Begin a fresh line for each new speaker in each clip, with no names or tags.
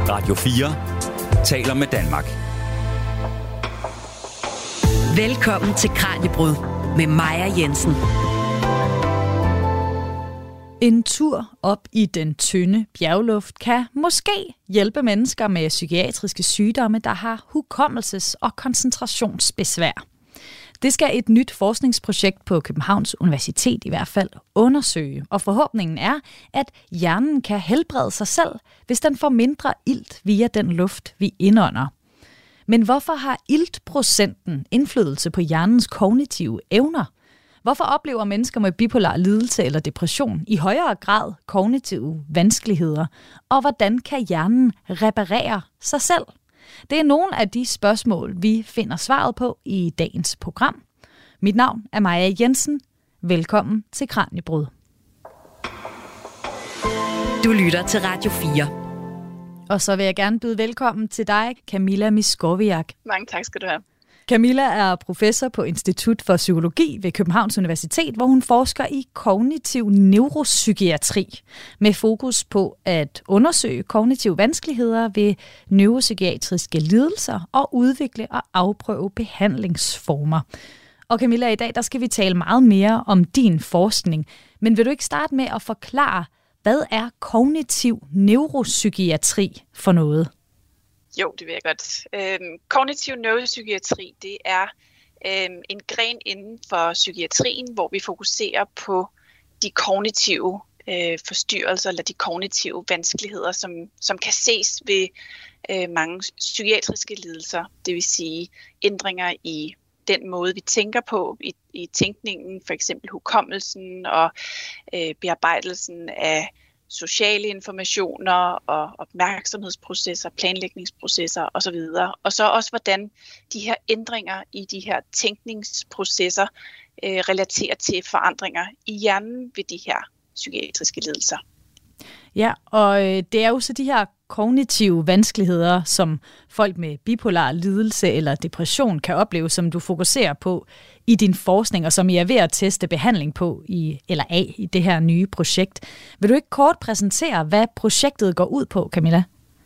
Radio 4 taler med Danmark.
Velkommen til Kraniebrud med Maja Jensen.
En tur op i den tynde bjergluft kan måske hjælpe mennesker med psykiatriske sygdomme, der har hukommelses- og koncentrationsbesvær. Det skal et nyt forskningsprojekt på Københavns Universitet i hvert fald undersøge, og forhåbningen er, at hjernen kan helbrede sig selv, hvis den får mindre ilt via den luft, vi indånder. Men hvorfor har iltprocenten indflydelse på hjernens kognitive evner? Hvorfor oplever mennesker med bipolar lidelse eller depression i højere grad kognitive vanskeligheder? Og hvordan kan hjernen reparere sig selv? Det er nogle af de spørgsmål, vi finder svaret på i dagens program. Mit navn er Maja Jensen. Velkommen til Kraniebrud.
Du lytter til Radio 4.
Og så vil jeg gerne byde velkommen til dig, Camilla Miskowiak.
Mange tak skal du have.
Camilla er professor på Institut for Psykologi ved Københavns Universitet, hvor hun forsker i kognitiv neuropsykiatri med fokus på at undersøge kognitive vanskeligheder ved neuropsykiatriske lidelser og udvikle og afprøve behandlingsformer. Og Camilla, i dag der skal vi tale meget mere om din forskning, men vil du ikke starte med at forklare, hvad er kognitiv neuropsykiatri for noget?
Jo, det vil jeg godt. Kognitiv neuropsykiatri, det er en gren inden for psykiatrien, hvor vi fokuserer på de kognitive forstyrrelser eller de kognitive vanskeligheder, som kan ses ved mange psykiatriske lidelser. Det vil sige ændringer i den måde, vi tænker på, i tænkningen, for eksempel hukommelsen og bearbejdelsen af sociale informationer og opmærksomhedsprocesser, planlægningsprocesser osv. Og så også, hvordan de her ændringer i de her tænkningsprocesser relaterer til forandringer i hjernen ved de her psykiatriske lidelser.
Ja, og det er jo så de her kognitive vanskeligheder, som folk med bipolar lidelse eller depression kan opleve, som du fokuserer på i din forskning, og som I er ved at teste behandling på i det her nye projekt. Vil du ikke kort præsentere, hvad projektet går ud på, Camilla?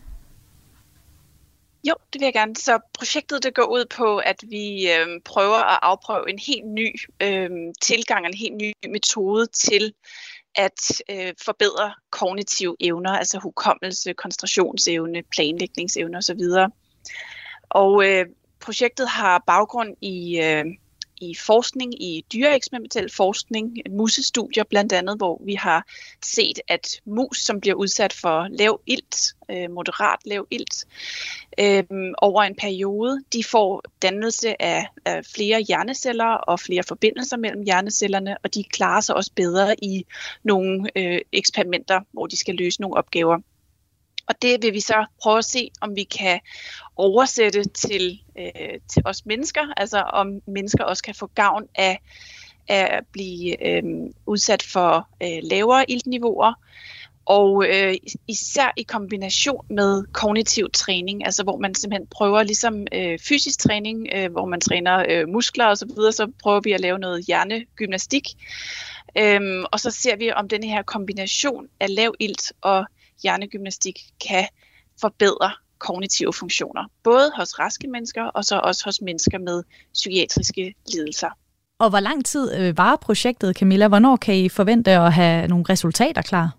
Jo, det vil jeg gerne. Så projektet det går ud på, at vi prøver at afprøve en helt ny tilgang, en helt ny metode til at forbedre kognitive evner, altså hukommelse, koncentrationsevne, planlægningsevne osv. Og projektet har baggrund i forskning, i dyreeksperimentel forskning, musestudier blandt andet, hvor vi har set, at mus, som bliver udsat for lav ilt, moderat lav ilt, over en periode, de får dannelse af flere hjerneceller og flere forbindelser mellem hjernecellerne, og de klarer sig også bedre i nogle eksperimenter, hvor de skal løse nogle opgaver. Og det vil vi så prøve at se, om vi kan oversætte til os mennesker, altså om mennesker også kan få gavn af at blive udsat for lavere iltniveauer, og især i kombination med kognitiv træning, altså hvor man simpelthen prøver ligesom fysisk træning, hvor man træner muskler og så prøver vi at lave noget hjernegymnastik, og så ser vi, om denne her kombination af lav ilt og hjernegymnastik kan forbedre kognitive funktioner, både hos raske mennesker og så også hos mennesker med psykiatriske lidelser.
Og hvor lang tid varer projektet, Camilla? Hvornår kan I forvente at have nogle resultater klar?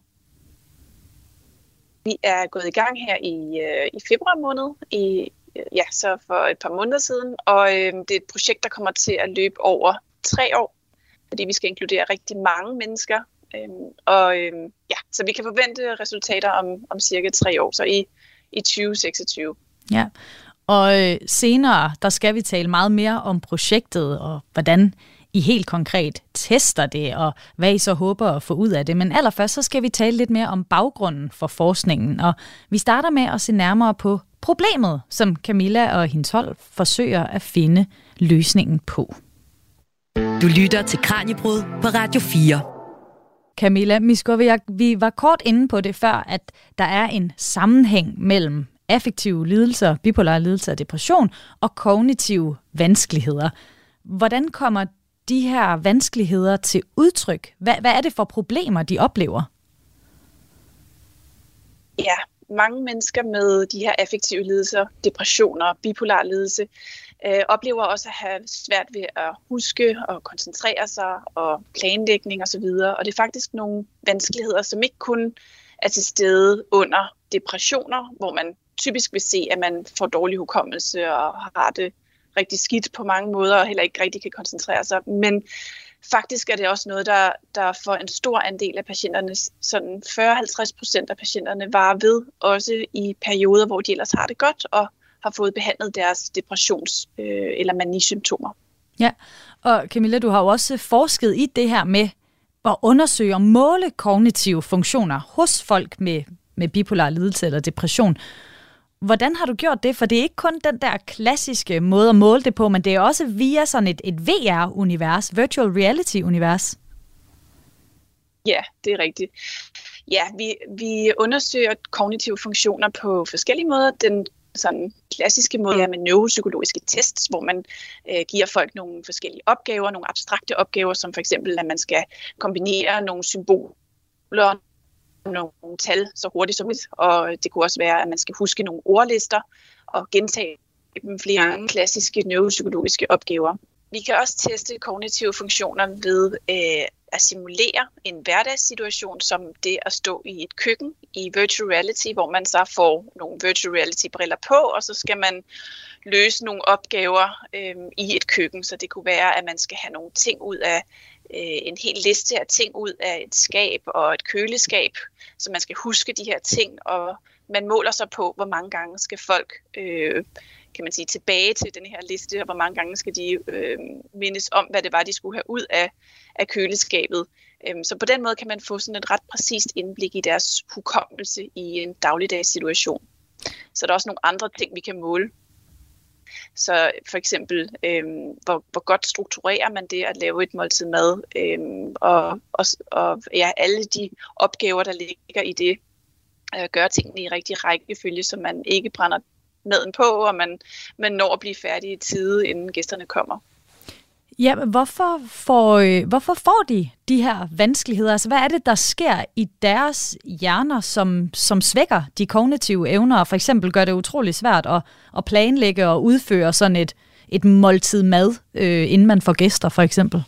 Vi er gået i gang her i februar måned, så for et par måneder siden, og det er et projekt, der kommer til at løbe over 3 år, fordi vi skal inkludere rigtig mange mennesker. Så vi kan forvente resultater om cirka 3 år, så i 2026.
Ja, og senere, der skal vi tale meget mere om projektet, og hvordan I helt konkret tester det, og hvad I så håber at få ud af det. Men allerførst, så skal vi tale lidt mere om baggrunden for forskningen, og vi starter med at se nærmere på problemet, som Camilla og hendes hold forsøger at finde løsningen på.
Du lytter til Kraniebrud på Radio 4.
Camilla Miskowiak, vi var kort inde på det før, at der er en sammenhæng mellem affektive lidelser, bipolar lidelse og depression og kognitive vanskeligheder. Hvordan kommer de her vanskeligheder til udtryk? Hvad er det for problemer, de oplever?
Ja, mange mennesker med de her affektive lidelser, depressioner, bipolar lidelse, oplever også at have svært ved at huske og koncentrere sig og planlægning osv. Og det er faktisk nogle vanskeligheder, som ikke kun er til stede under depressioner, hvor man typisk vil se, at man får dårlig hukommelse og har det rigtig skidt på mange måder og heller ikke rigtig kan koncentrere sig. Men faktisk er det også noget, der for en stor andel af patienterne, sådan 40-50% af patienterne, varer ved, også i perioder, hvor de ellers har det godt og har fået behandlet deres depressions- eller manisymptomer.
Ja, og Camilla, du har jo også forsket i det her med at undersøge og måle kognitive funktioner hos folk med bipolar lidelse eller depression. Hvordan har du gjort det? For det er ikke kun den der klassiske måde at måle det på, men det er også via sådan et VR-univers, virtual reality-univers.
Ja, det er rigtigt. Ja, vi undersøger kognitive funktioner på forskellige måder. Den sådan klassiske måde er med neuropsykologiske tests, hvor man giver folk nogle forskellige opgaver, nogle abstrakte opgaver, som for eksempel, at man skal kombinere nogle symboler, nogle tal så hurtigt som muligt, og det kunne også være, at man skal huske nogle ordlister og gentage dem flere gange, klassiske neuropsykologiske opgaver. Vi kan også teste kognitive funktioner ved at simulere en hverdagssituation, som det at stå i et køkken i virtual reality, hvor man så får nogle virtual reality-briller på, og så skal man løse nogle opgaver i et køkken. Så det kunne være, at man skal have nogle ting ud af en hel liste af ting ud af et skab og et køleskab, så man skal huske de her ting, og man måler sig på, hvor mange gange skal folk kan man sige, tilbage til den her liste, og hvor mange gange skal de mindes om, hvad det var, de skulle have ud af køleskabet. Så på den måde kan man få sådan et ret præcist indblik i deres hukommelse i en dagligdags situation. Så der er også nogle andre ting, vi kan måle. Så for eksempel, hvor godt strukturerer man det at lave et måltid mad, og ja, alle de opgaver, der ligger i det, gøre tingene i rigtig rækkefølge, så man ikke brænder maden på, og man når at blive færdig i tide, inden gæsterne kommer.
Ja, men hvorfor får de her vanskeligheder? Altså, hvad er det, der sker i deres hjerner, som svækker de kognitive evner, og for eksempel gør det utrolig svært at planlægge og udføre sådan et måltid mad, inden man får gæster, for eksempel?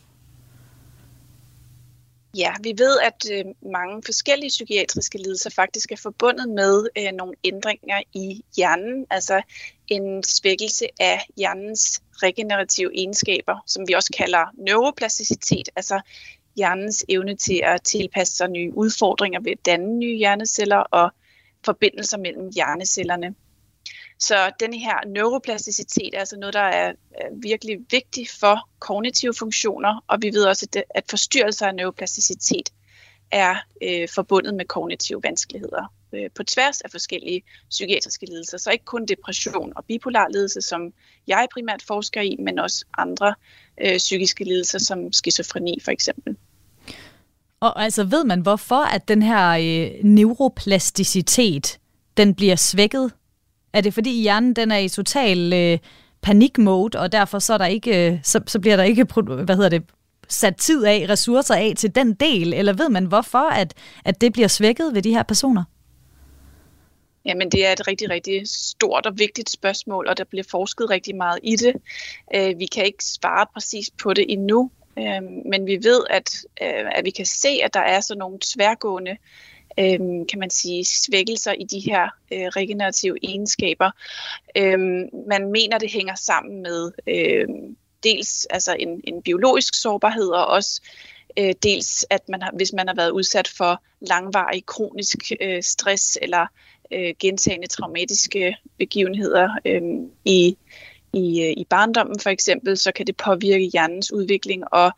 Ja, vi ved, at mange forskellige psykiatriske lidelser faktisk er forbundet med nogle ændringer i hjernen, altså en svækkelse af hjernens regenerative egenskaber, som vi også kalder neuroplasticitet, altså hjernens evne til at tilpasse sig nye udfordringer ved at danne nye hjerneceller og forbindelser mellem hjernecellerne. Så denne her neuroplasticitet er altså noget, der er virkelig vigtigt for kognitive funktioner, og vi ved også, at forstyrrelser af neuroplasticitet er forbundet med kognitive vanskeligheder på tværs af forskellige psykiatriske lidelser. Så ikke kun depression og bipolar lidelse, som jeg primært forsker i, men også andre psykiske lidelser, som skizofreni for eksempel.
Og altså ved man, hvorfor at den her neuroplasticitet, den bliver svækket? Er det fordi hjernen den er i total panikmode, og derfor så er der ikke så bliver der ikke sat tid af, ressourcer af til den del, eller ved man hvorfor at det bliver svækket ved de her personer?
Jamen det er et rigtig, rigtig stort og vigtigt spørgsmål, og der bliver forsket rigtig meget i det. Vi kan ikke svare præcis på det endnu, men vi ved, at vi kan se, at der er sådan nogle tværgående kan man sige, svækkelser i de her regenerative egenskaber. Man mener, det hænger sammen med dels altså en biologisk sårbarhed, og også dels, at hvis man har været udsat for langvarig kronisk stress eller gentagne traumatiske begivenheder i barndommen for eksempel, så kan det påvirke hjernens udvikling og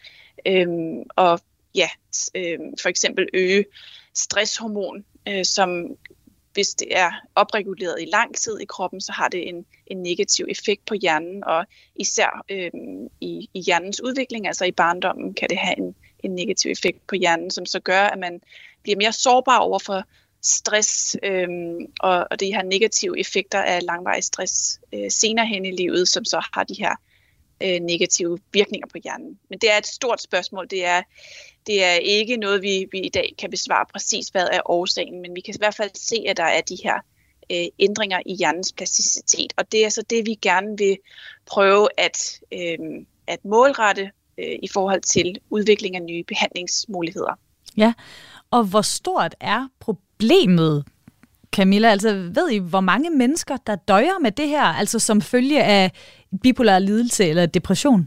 for eksempel øge stresshormon, som hvis det er opreguleret i lang tid i kroppen, så har det en negativ effekt på hjernen, og især i hjernens udvikling, altså i barndommen, kan det have en negativ effekt på hjernen, som så gør, at man bliver mere sårbar over for stress og de her negative effekter af langvarig stress senere hen i livet, som så har de her negative virkninger på hjernen. Men det er et stort spørgsmål. Det er ikke noget, vi i dag kan besvare præcis, hvad er årsagen, men vi kan i hvert fald se, at der er de her ændringer i hjernens plasticitet. Og det er altså det, vi gerne vil prøve at målrette i forhold til udvikling af nye behandlingsmuligheder.
Ja, og hvor stort er problemet, Camilla? Altså, ved I, hvor mange mennesker, der døjer med det her, altså som følge af bipolar lidelse eller depression?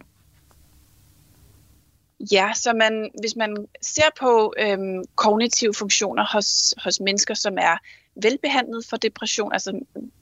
Ja, så hvis man ser på kognitive funktioner hos mennesker, som er velbehandlet for depression, altså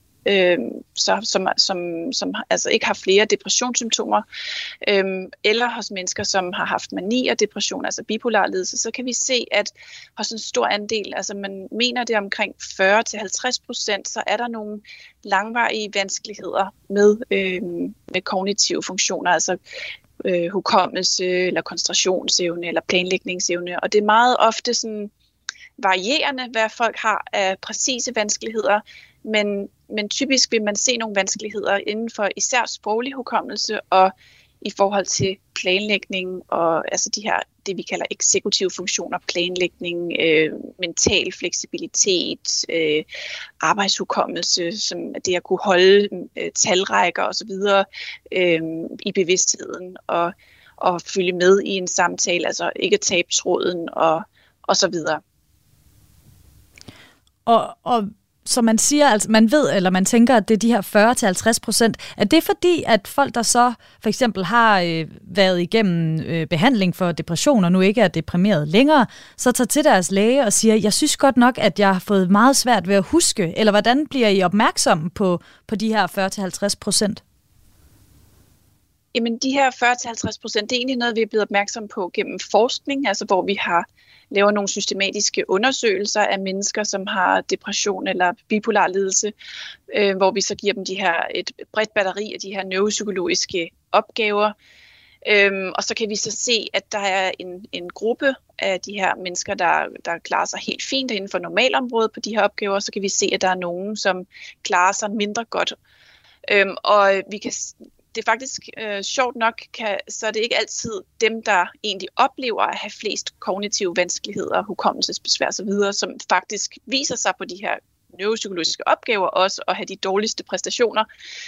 som altså ikke har flere depressionssymptomer, eller hos mennesker, som har haft mani og depression, altså bipolar lidelse, så kan vi se, at hos en stor andel, altså man mener det omkring 40-50%, så er der nogle langvarige vanskeligheder med kognitive funktioner, altså hukommelse eller koncentrationsevne eller planlægningsevne, og det er meget ofte sådan varierende, hvad folk har af præcise vanskeligheder, men typisk vil man se nogle vanskeligheder inden for især sproglig hukommelse og i forhold til planlægning og altså det vi kalder eksekutive funktioner, planlægning, mental fleksibilitet, arbejdshukommelse, som det at kunne holde talrækker osv. I bevidstheden og følge med i en samtale, altså ikke tabe tråden og så videre.
Og så man siger, altså man ved, eller man tænker, at det er de her 40-50%. Er det fordi, at folk, der så for eksempel har været igennem behandling for depression, og nu ikke er deprimeret længere, så tager til deres læge og siger, jeg synes godt nok, at jeg har fået meget svært ved at huske, eller hvordan bliver I opmærksomme på de her 40-50%?
Jamen de her 40-50%, det er egentlig noget, vi er blevet opmærksom på gennem forskning, altså hvor vi laver nogle systematiske undersøgelser af mennesker, som har depression eller bipolar lidelse, hvor vi så giver dem et bredt batteri af de her neuropsykologiske opgaver. Og så kan vi så se, at der er en gruppe af de her mennesker, der klarer sig helt fint inden for normalområdet på de her opgaver, så kan vi se, at der er nogen, som klarer sig mindre godt. Og vi kan det er faktisk sjovt nok, så er det ikke altid dem, der egentlig oplever at have flest kognitive vanskeligheder, hukommelsesbesvær osv., som faktisk viser sig på de her neuropsykologiske opgaver også, og have de dårligste præstationer.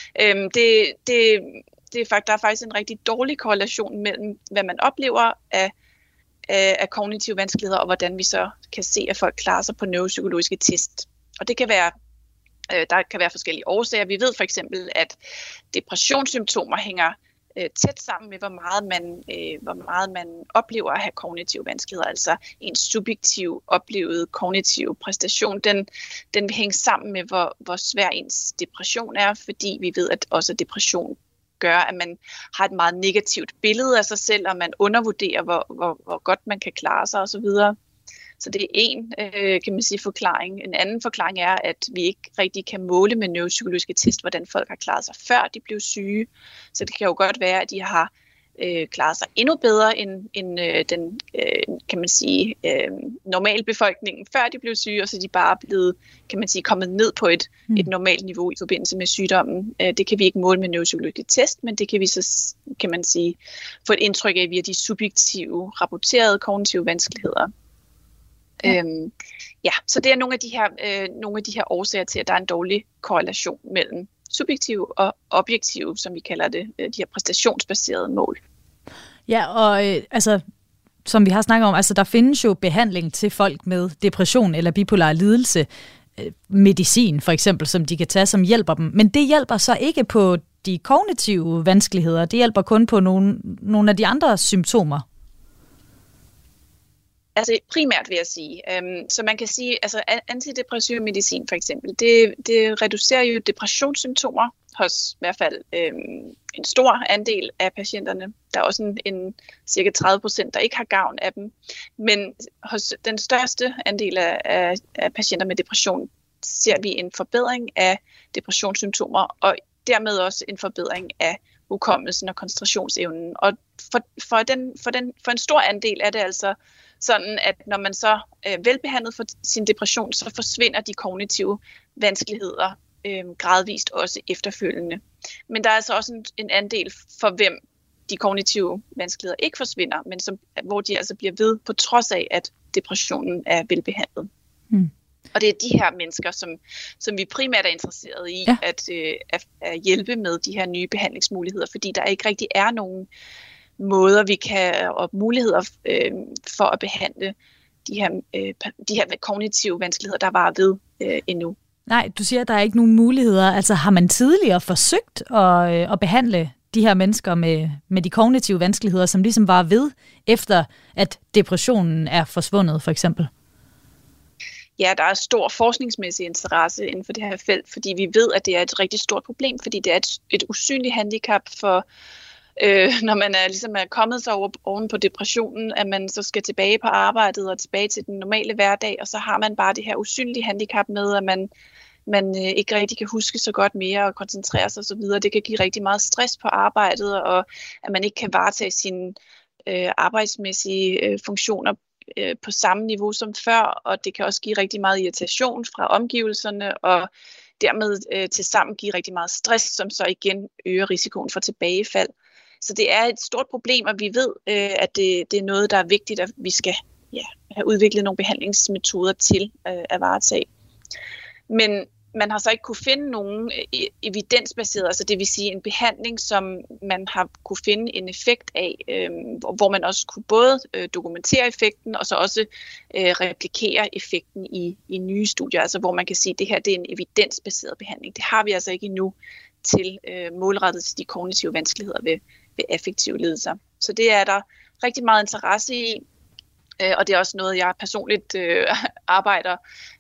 Der er faktisk en rigtig dårlig korrelation mellem, hvad man oplever af kognitive vanskeligheder, og hvordan vi så kan se, at folk klarer sig på neuropsykologiske test. Og det kan være der kan være forskellige årsager. Vi ved for eksempel, at depressionssymptomer hænger tæt sammen med, hvor meget man oplever at have kognitive vanskeligheder. Altså en subjektiv oplevet kognitiv præstation, den vil hænge sammen med, hvor svær ens depression er, fordi vi ved, at også depression gør, at man har et meget negativt billede af sig selv, og man undervurderer, hvor godt man kan klare sig osv. Så det er en, kan man sige, forklaring. En anden forklaring er, at vi ikke rigtig kan måle med neuropsykologiske test, hvordan folk har klaret sig, før de blev syge. Så det kan jo godt være, at de har klaret sig endnu bedre end den, kan man sige, normalbefolkningen, før de blev syge, og så er de bare blevet, kan man sige, kommet ned på et normalt niveau i forbindelse med sygdommen. Det kan vi ikke måle med neuropsykologiske test, men det kan vi så, kan man sige, få et indtryk af via de subjektive, rapporterede kognitive vanskeligheder. Så det er nogle af de her årsager til, at der er en dårlig korrelation mellem subjektive og objektive, som vi kalder det, de her præstationsbaserede mål.
Ja, og altså, som vi har snakket om, altså der findes jo behandling til folk med depression eller bipolar lidelse, medicin for eksempel, som de kan tage, som hjælper dem. Men det hjælper så ikke på de kognitive vanskeligheder, det hjælper kun på nogle af de andre symptomer.
Altså primært vil jeg sige. Så man kan sige, altså antidepressiv medicin for eksempel, det reducerer jo depressionssymptomer hos i hvert fald en stor andel af patienterne. Der er også en cirka 30%, der ikke har gavn af dem. Men hos den største andel af patienter med depression ser vi en forbedring af depressionssymptomer, og dermed også en forbedring af hukommelsen og koncentrationsevnen. Og for en stor andel er det altså sådan, at når man så er velbehandlet for sin depression, så forsvinder de kognitive vanskeligheder gradvist også efterfølgende. Men der er altså også en andel for hvem de kognitive vanskeligheder ikke forsvinder, men hvor de altså bliver ved på trods af, at depressionen er velbehandlet. Og det er de her mennesker, som vi primært er interesseret i at hjælpe med de her nye behandlingsmuligheder, fordi der ikke rigtig er nogen måder, vi kan og muligheder for at behandle de her kognitive vanskeligheder, der var ved endnu.
Nej, du siger, at der er ikke nogen muligheder. Altså har man tidligere forsøgt at behandle de her mennesker med de kognitive vanskeligheder, som ligesom var ved, efter at depressionen er forsvundet, for eksempel?
Ja, der er stor forskningsmæssig interesse inden for det her felt, fordi vi ved, at det er et rigtig stort problem, fordi det er et usynligt handicap for, når man ligesom er kommet sig oven på depressionen, at man så skal tilbage på arbejdet og tilbage til den normale hverdag, og så har man bare det her usynlige handicap med, at man ikke rigtig kan huske så godt mere og koncentrere sig osv. Det kan give rigtig meget stress på arbejdet, og at man ikke kan varetage sine arbejdsmæssige funktioner på samme niveau som før, og det kan også give rigtig meget irritation fra omgivelserne, og dermed til sammen give rigtig meget stress, som så igen øger risikoen for tilbagefald. Så det er et stort problem, og vi ved, at det er noget, der er vigtigt, at vi skal have udviklet nogle behandlingsmetoder til at varetage. Men man har så ikke kunne finde nogen evidensbaseret, altså det vil sige en behandling, som man har kunne finde en effekt af, hvor man også kunne både dokumentere effekten og så også replikere effekten i nye studier, altså hvor man kan sige, at det her det er en evidensbaseret behandling. Det har vi altså ikke endnu til målrettet til de kognitive vanskeligheder ved affektive lidelser. Så det er der rigtig meget interesse i. Og det er også noget, jeg personligt arbejder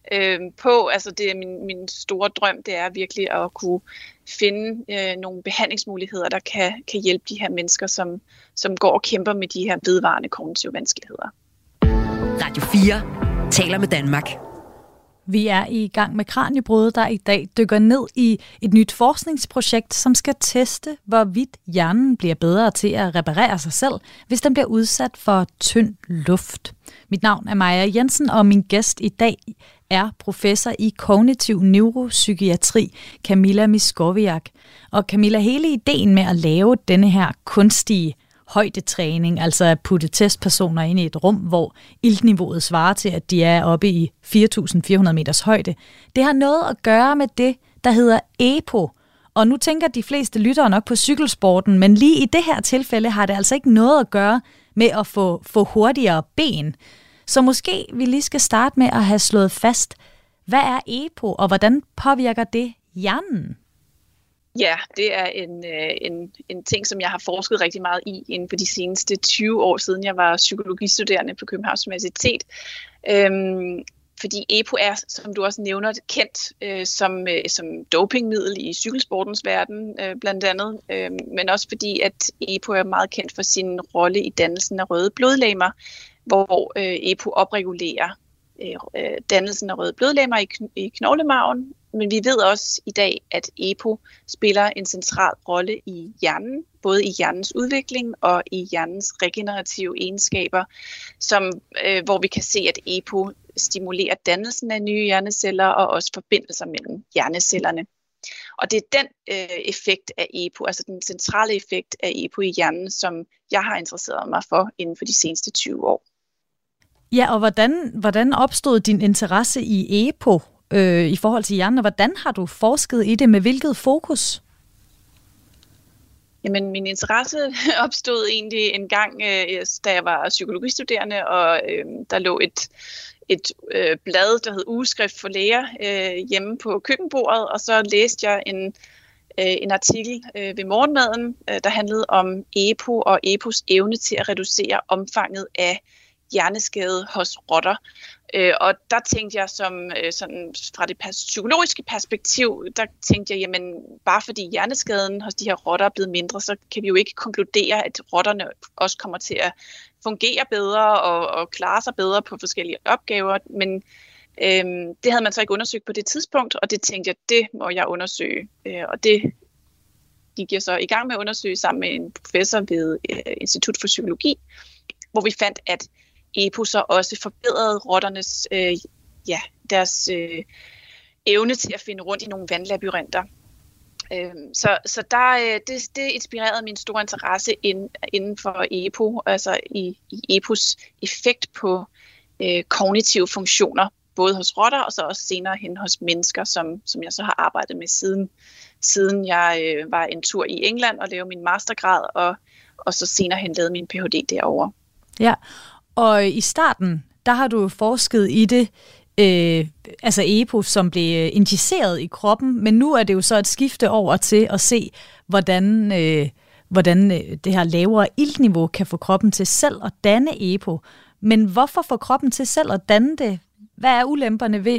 på. Altså det er min store drøm, det er virkelig at kunne finde nogle behandlingsmuligheder, der kan hjælpe de her mennesker, som går og kæmper med de her vedvarende kognitive vanskeligheder.
Radio 4 taler med Danmark.
Vi er i gang med Kraniebrud, der i dag dykker ned i et nyt forskningsprojekt, som skal teste, hvorvidt hjernen bliver bedre til at reparere sig selv, hvis den bliver udsat for tynd luft. Mit navn er Maja Jensen, og min gæst i dag er professor i kognitiv neuropsykiatri, Kamila Miskowiak. Og Kamila, hele ideen med at lave denne her kunstige højdetræning, altså at putte testpersoner ind i et rum, hvor iltniveauet svarer til, at de er oppe i 4.400 meters højde. Det har noget at gøre med det, der hedder EPO. Og nu tænker de fleste lyttere nok på cykelsporten, men lige i det her tilfælde har det altså ikke noget at gøre med at få hurtigere ben. Så måske vi lige skal starte med at have slået fast, hvad er EPO, og hvordan påvirker det hjernen?
Ja, det er en ting, som jeg har forsket rigtig meget i inden for de seneste 20 år siden, jeg var psykologistuderende på Københavns Universitet. Fordi EPO er, som du også nævner, kendt som dopingmiddel i cykelsportens verden, blandt andet. Men også fordi, at EPO er meget kendt for sin rolle i dannelsen af røde blodlegemer, hvor EPO opregulerer dannelsen af røde blodlegemer i knoglemarven. Men vi ved også i dag, at EPO spiller en central rolle i hjernen, både i hjernens udvikling og i hjernens regenerative egenskaber, hvor vi kan se, at EPO stimulerer dannelsen af nye hjerneceller og også forbindelser mellem hjernecellerne. Og det er den effekt af EPO, altså den centrale effekt af EPO i hjernen, som jeg har interesseret mig for inden for de seneste 20 år.
Ja, og hvordan opstod din interesse i EPO i forhold til hjernen, og hvordan har du forsket i det, med hvilket fokus?
Jamen, min interesse opstod egentlig en gang, da jeg var psykologistuderende, og der lå et blad, der hed Ugeskrift for læger, hjemme på køkkenbordet, og så læste jeg en artikel ved morgenmaden, der handlede om EPO og EPOs evne til at reducere omfanget af hjerneskade hos rotter. Og der tænkte jeg sådan fra det psykologiske perspektiv, der tænkte jeg, jamen bare fordi hjerneskaden hos de her rotter er blevet mindre, så kan vi jo ikke konkludere, at rotterne også kommer til at fungere bedre og klare sig bedre på forskellige opgaver. Men det havde man så ikke undersøgt på det tidspunkt, og det tænkte jeg, det må jeg undersøge. Og det gik jeg så i gang med at undersøge sammen med en professor ved Institut for Psykologi, hvor vi fandt, at EPO så også forbedrede rotternes deres evne til at finde rundt i nogle vandlabyrinter. Så det inspirerede min store interesse inden for EPO, altså i EPOs effekt på kognitive funktioner. både hos rotter og så også senere hen hos mennesker, som jeg så har arbejdet med siden jeg var en tur i England og lavede min mastergrad, og så senere hen lavede min Ph.D. derovre.
Ja, og i starten, der har du forsket i det, altså EPO, som blev injiceret i kroppen, men nu er det jo så et skifte over til at se, hvordan det her lavere iltniveau kan få kroppen til selv at danne EPO. Men hvorfor få kroppen til selv at danne det? Hvad er ulemperne ved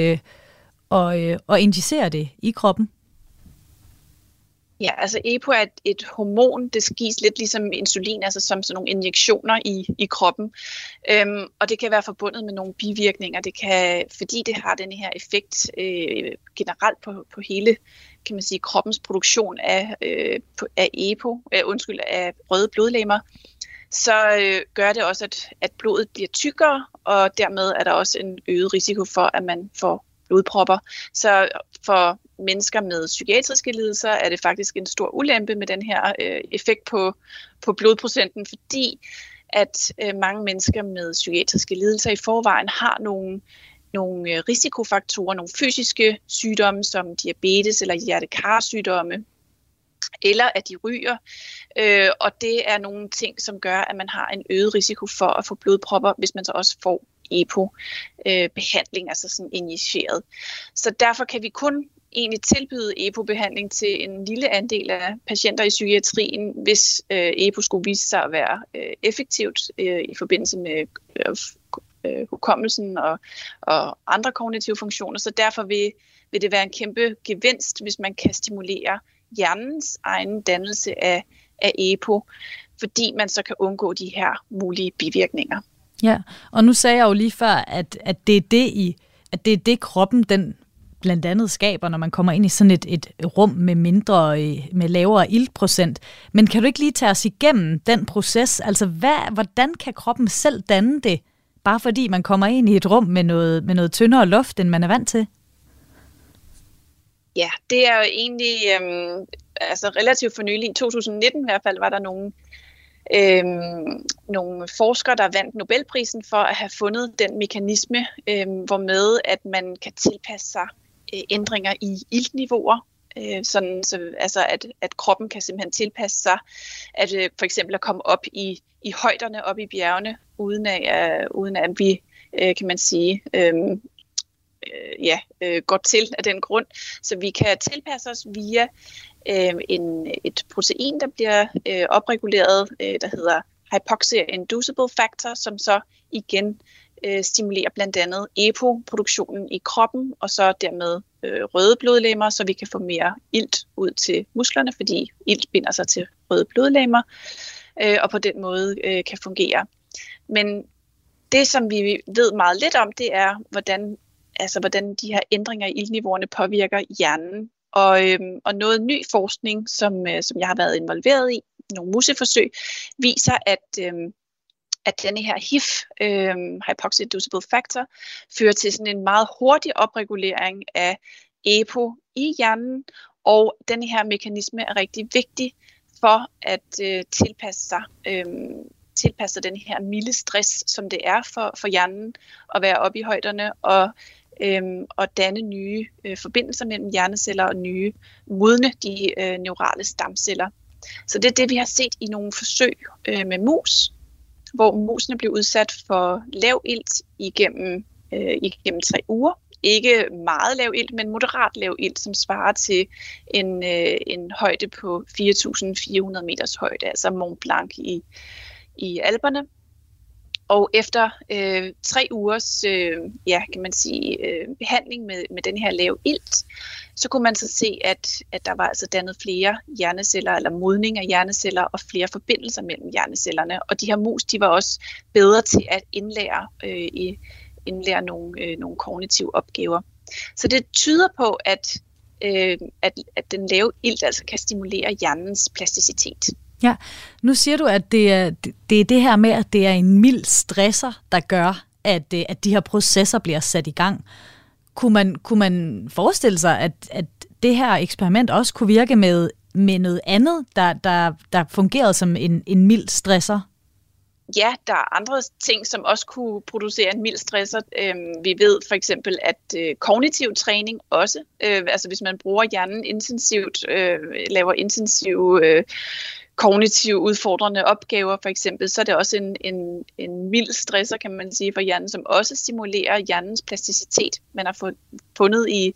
at injicere det i kroppen?
Ja, altså EPO er et hormon, det gives lidt ligesom insulin, altså som sådan nogle injektioner i kroppen. Og det kan være forbundet med nogle bivirkninger. Det kan, fordi det har den her effekt generelt på hele, kan man sige, kroppens produktion af EPO, af røde blodlegemer, så gør det også, at blodet bliver tykkere, og dermed er der også en øget risiko for, at man får blodpropper. Så for mennesker med psykiatriske lidelser er det faktisk en stor ulempe med den her effekt på blodprocenten, fordi at mange mennesker med psykiatriske lidelser i forvejen har nogle risikofaktorer, nogle fysiske sygdomme som diabetes eller hjertekarsygdomme, eller at de ryger, og det er nogle ting, som gør, at man har en øget risiko for at få blodpropper, hvis man så også får EPO-behandling, altså sådan injiceret. Så derfor kan vi kun egentlig tilbyde EPO-behandling til en lille andel af patienter i psykiatrien, hvis EPO skulle vise sig at være effektivt i forbindelse med hukommelsen og andre kognitive funktioner. Så derfor vil det være en kæmpe gevinst, hvis man kan stimulere hjernens egen dannelse af EPO, fordi man så kan undgå de her mulige bivirkninger.
Ja, og nu sagde jeg jo lige før, at det er det kroppen den blandt andet skaber, når man kommer ind i sådan et rum med lavere iltprocent. Men kan du ikke lige tage os igennem den proces? Altså, hvordan kan kroppen selv danne det, bare fordi man kommer ind i et rum med noget tyndere luft, end man er vant til?
Ja, det er jo egentlig relativt for nylig. I 2019 i hvert fald var der nogle forskere, der vandt Nobelprisen for at have fundet den mekanisme, hvormed at man kan tilpasse sig ændringer i iltniveauer, at kroppen kan simpelthen tilpasse sig, at for eksempel at komme op i højderne, op i bjergene, uden at vi, kan man sige, går til af den grund. Så vi kan tilpasse os via et protein, der bliver opreguleret, der hedder hypoxia-inducible factor, som så igen stimulerer blandt andet EPO-produktionen i kroppen, og så dermed røde blodlegemer, så vi kan få mere ilt ud til musklerne, fordi ilt binder sig til røde blodlegemer, og på den måde kan fungere. Men det, som vi ved meget lidt om, det er, hvordan de her ændringer i iltniveauerne påvirker hjernen. Og noget ny forskning, som jeg har været involveret i, nogle museforsøg, viser, at denne her HIF, hypoxia-inducible factor, fører til sådan en meget hurtig opregulering af EPO i hjernen, og denne her mekanisme er rigtig vigtig for at tilpasse den her milde stress, som det er for hjernen at være oppe i højderne, og danne nye forbindelser mellem hjerneceller og nye modne de neurale stamceller. Så det er det, vi har set i nogle forsøg med mus, hvor musene blev udsat for lav ilt igennem 3 uger. Ikke meget lav ilt, men moderat lav ilt, som svarer til en højde på 4.400 meters højde, altså Mont Blanc i Alperne. Og efter 3 ugers kan man sige, behandling med den her lave ilt, så kunne man så se, at der var altså dannet flere hjerneceller, eller modning af hjerneceller, og flere forbindelser mellem hjernecellerne. Og de her mus, de var også bedre til at indlære nogle kognitive opgaver. Så det tyder på, at den lave ilt altså kan stimulere hjernens plasticitet.
Ja, nu siger du, at det er det her med, at det er en mild stresser, der gør, at de her processer bliver sat i gang. Kunne man forestille sig, at det her eksperiment også kunne virke med noget andet, der fungerede som en mild stresser?
Ja, der er andre ting, som også kunne producere en mild stresser. Vi ved for eksempel, at kognitiv træning også, altså hvis man bruger hjernen intensivt, laver intensive kognitive udfordrende opgaver for eksempel, så er det også en mild stresser, kan man sige, for hjernen, som også stimulerer hjernens plasticitet. Man har fundet i,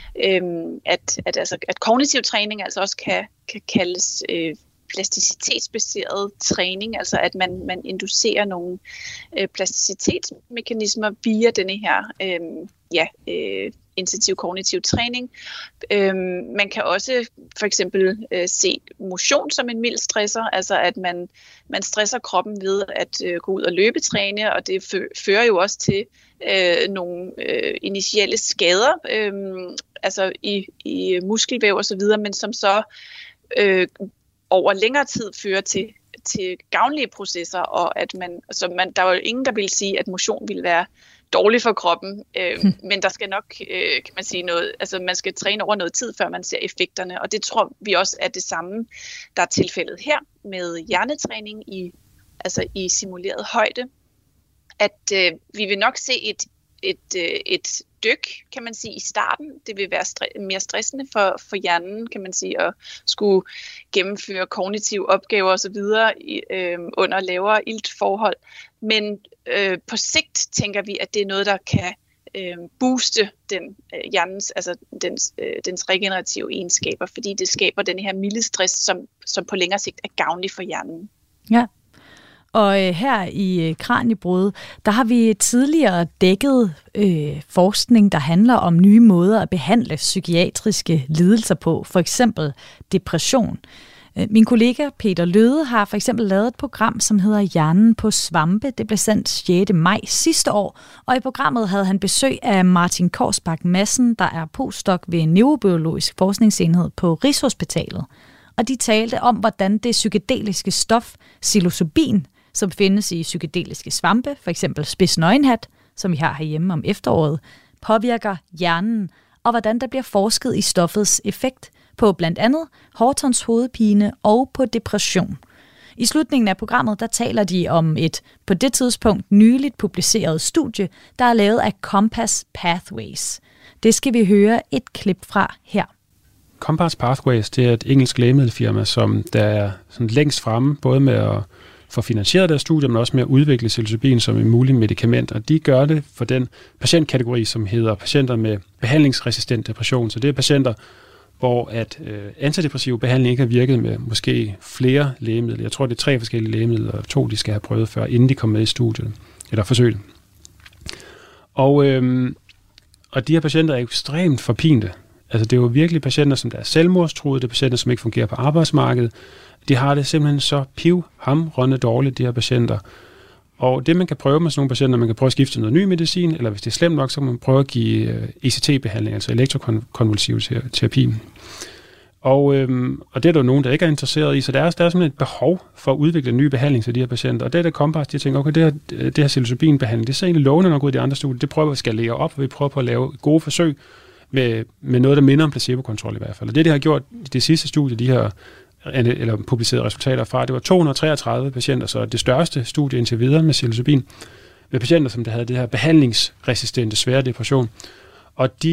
at kognitiv træning altså også kan kaldes plasticitetsbaseret træning, altså at man inducerer nogle plasticitetsmekanismer via denne her intensiv kognitiv træning. Man kan også for eksempel se motion som en mild stresser, altså at man stresser kroppen ved at gå ud og løbetræne, og det fører jo også til nogle initielle skader, altså i muskelvæv og så videre, men som så over længere tid fører til gavnlige processer, og at der er jo ingen, der vil sige, at motion vil være dårlig for kroppen, men der skal nok, kan man sige, noget, altså man skal træne over noget tid, før man ser effekterne, og det tror vi også er det samme, der er tilfældet her med hjernetræning i simuleret højde, at vi vil nok se et dyk, kan man sige, i starten. Det vil være mere stressende for hjernen, kan man sige, at skulle gennemføre kognitive opgaver og så videre under lavere iltforhold. Men på sigt tænker vi, at det er noget, der kan booste dens regenerative egenskaber, fordi det skaber den her milde stress, som på længere sigt er gavnlig for hjernen.
Ja. Og her i Kraniebrud, der har vi tidligere dækket forskning, der handler om nye måder at behandle psykiatriske lidelser på, for eksempel depression. Min kollega Peter Løde har for eksempel lavet et program, som hedder Hjernen på svampe. Det blev sendt 6. maj sidste år, og i programmet havde han besøg af Martin Korsbak Madsen, der er postdoc ved en neurobiologisk forskningsenhed på Rigshospitalet. Og de talte om, hvordan det psykedeliske stof psilocybin, som findes i psykedeliske svampe, for eksempel spidsnøgenhat, som vi har herhjemme om efteråret, påvirker hjernen, og hvordan der bliver forsket i stoffets effekt på blandt andet Hortons hovedpine og på depression. I slutningen af programmet, der taler de om et på det tidspunkt nyligt publiceret studie, der er lavet af Compass Pathways. Det skal vi høre et klip fra her.
Compass Pathways, det er et engelsk lægemiddelfirma, som der er sådan længst fremme, både med at få finansieret deres studier, men også med at udvikle psilocybin som et muligt medicament. Og de gør det for den patientkategori, som hedder patienter med behandlingsresistent depression. Så det er patienter, hvor at antidepressiv behandling ikke har virket med måske flere lægemidler. Jeg tror, det er 3 forskellige lægemidler, og 2 de skal have prøvet før, inden de kommer med i studiet, eller forsøget. Og de her patienter er ekstremt forpinte. Altså det er jo virkelig patienter, som der er selvmordstruede, det er patienter, som ikke fungerer på arbejdsmarkedet. De har det simpelthen så pivhamrende dårligt, de her patienter. Og det, man kan prøve med sådan nogle patienter, man kan prøve at skifte noget ny medicin, eller hvis det er slemt nok, så kan man prøve at give ECT-behandling, altså elektrokonvulsiv terapi. Og det er der nogen, der ikke er interesseret i, så der er simpelthen et behov for at udvikle en ny behandling til de her patienter. Og det er det Compass, de tænker, okay, det her psilocybin-behandling, det ser egentlig lovende nok ud i de andre studier, det prøver vi at skalere op, og vi prøver på at lave gode forsøg med noget, der minder om placebo-kontrol i hvert fald. Og det har gjort i det sidste studie, de her eller publicerede resultater fra, det var 233 patienter, så det største studie indtil videre med psilocybin, med patienter, som der havde det her behandlingsresistente svære depression. Og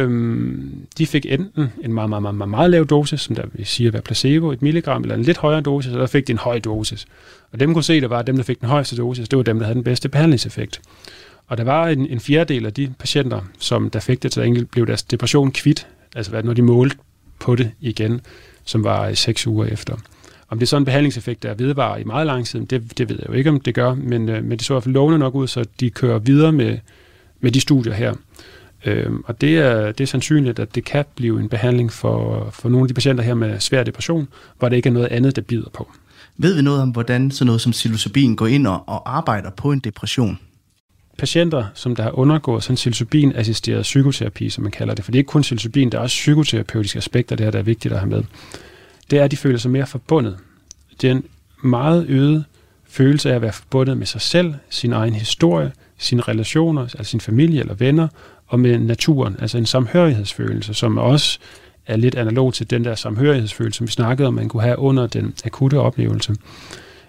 de fik enten en meget, meget, meget, meget lav dosis, som der vil sige at være placebo, 1 milligram, eller en lidt højere dosis, og der fik de en høj dosis. Og dem kunne se, der var dem, der fik den højeste dosis, det var dem, der havde den bedste behandlingseffekt. Og der var en fjerdedel af de patienter, som der fik det, så egentlig blev deres depression kvit, altså når de målte på det igen, som var 6 uger efter. Om det er sådan en behandlingseffekt, der vedvarer i meget lang tid, det ved jeg jo ikke, om det gør, men det så i hvert fald lovende nok ud, så de kører videre med de studier her. Og det er sandsynligt, at det kan blive en behandling for nogle af de patienter her med svær depression, hvor der ikke er noget andet, der bider på.
Ved vi noget om, hvordan sådan noget som psilocybin går ind og arbejder på en depression?
Patienter, som der har undergået sådan psilocybin-assisteret psykoterapi, som man kalder det, for det er ikke kun psilocybin, der er også psykoterapeutiske aspekter, det her, der er vigtigt at have med, det er, at de føler sig mere forbundet. Det er en meget øget følelse af at være forbundet med sig selv, sin egen historie, sine relationer, altså sin familie eller venner, og med naturen, altså en samhørighedsfølelse, som også er lidt analog til den der samhørighedsfølelse, som vi snakkede om, man kunne have under den akutte oplevelse.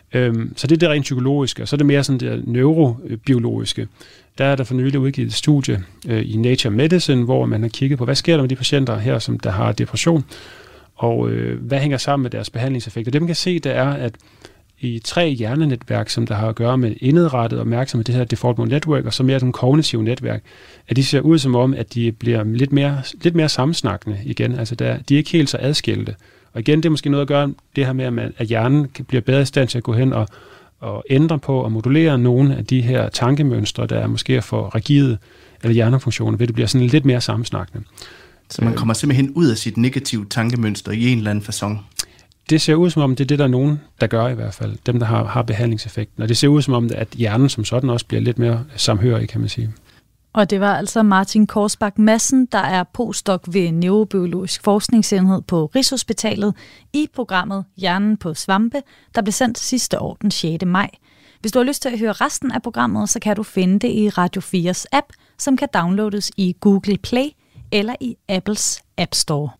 Så det er det rent psykologiske, og så er det mere sådan det neurobiologiske. Der er der for nylig udgivet et studie i Nature Medicine, hvor man har kigget på, hvad sker der med de patienter her, som der har depression, og hvad hænger sammen med deres behandlingseffekter. Det man kan se, det er, at i 3 hjernenetværk, som der har at gøre med indadrettet opmærksomhed, det her default mode network, og så mere den kognitive netværk, at de ser ud som om, at de bliver lidt mere sammensnakkende igen. Altså de er ikke helt så adskilte. Og igen, det er måske noget at gøre det her med, at hjernen bliver bedre i stand til at gå hen og ændre på og modulere nogle af de her tankemønstre, der er måske for rigide eller hjernefunktioner, ved det bliver sådan lidt mere sammensnakkende.
Så man kommer simpelthen ud af sit negative tankemønster i en eller anden facon?
Det ser ud som om, det er det, der er nogen, der gør i hvert fald. Dem, der har behandlingseffekten. Og det ser ud som om, at hjernen som sådan også bliver lidt mere samhørig, kan man sige. Og
det var altså Martin Korsbak Madsen, der er postdoc ved Neurobiologisk Forskningsenhed på Rigshospitalet i programmet Hjernen på svampe, der blev sendt sidste år den 6. maj. Hvis du har lyst til at høre resten af programmet, så kan du finde det i Radio 4's app, som kan downloades i Google Play eller i Apples App Store.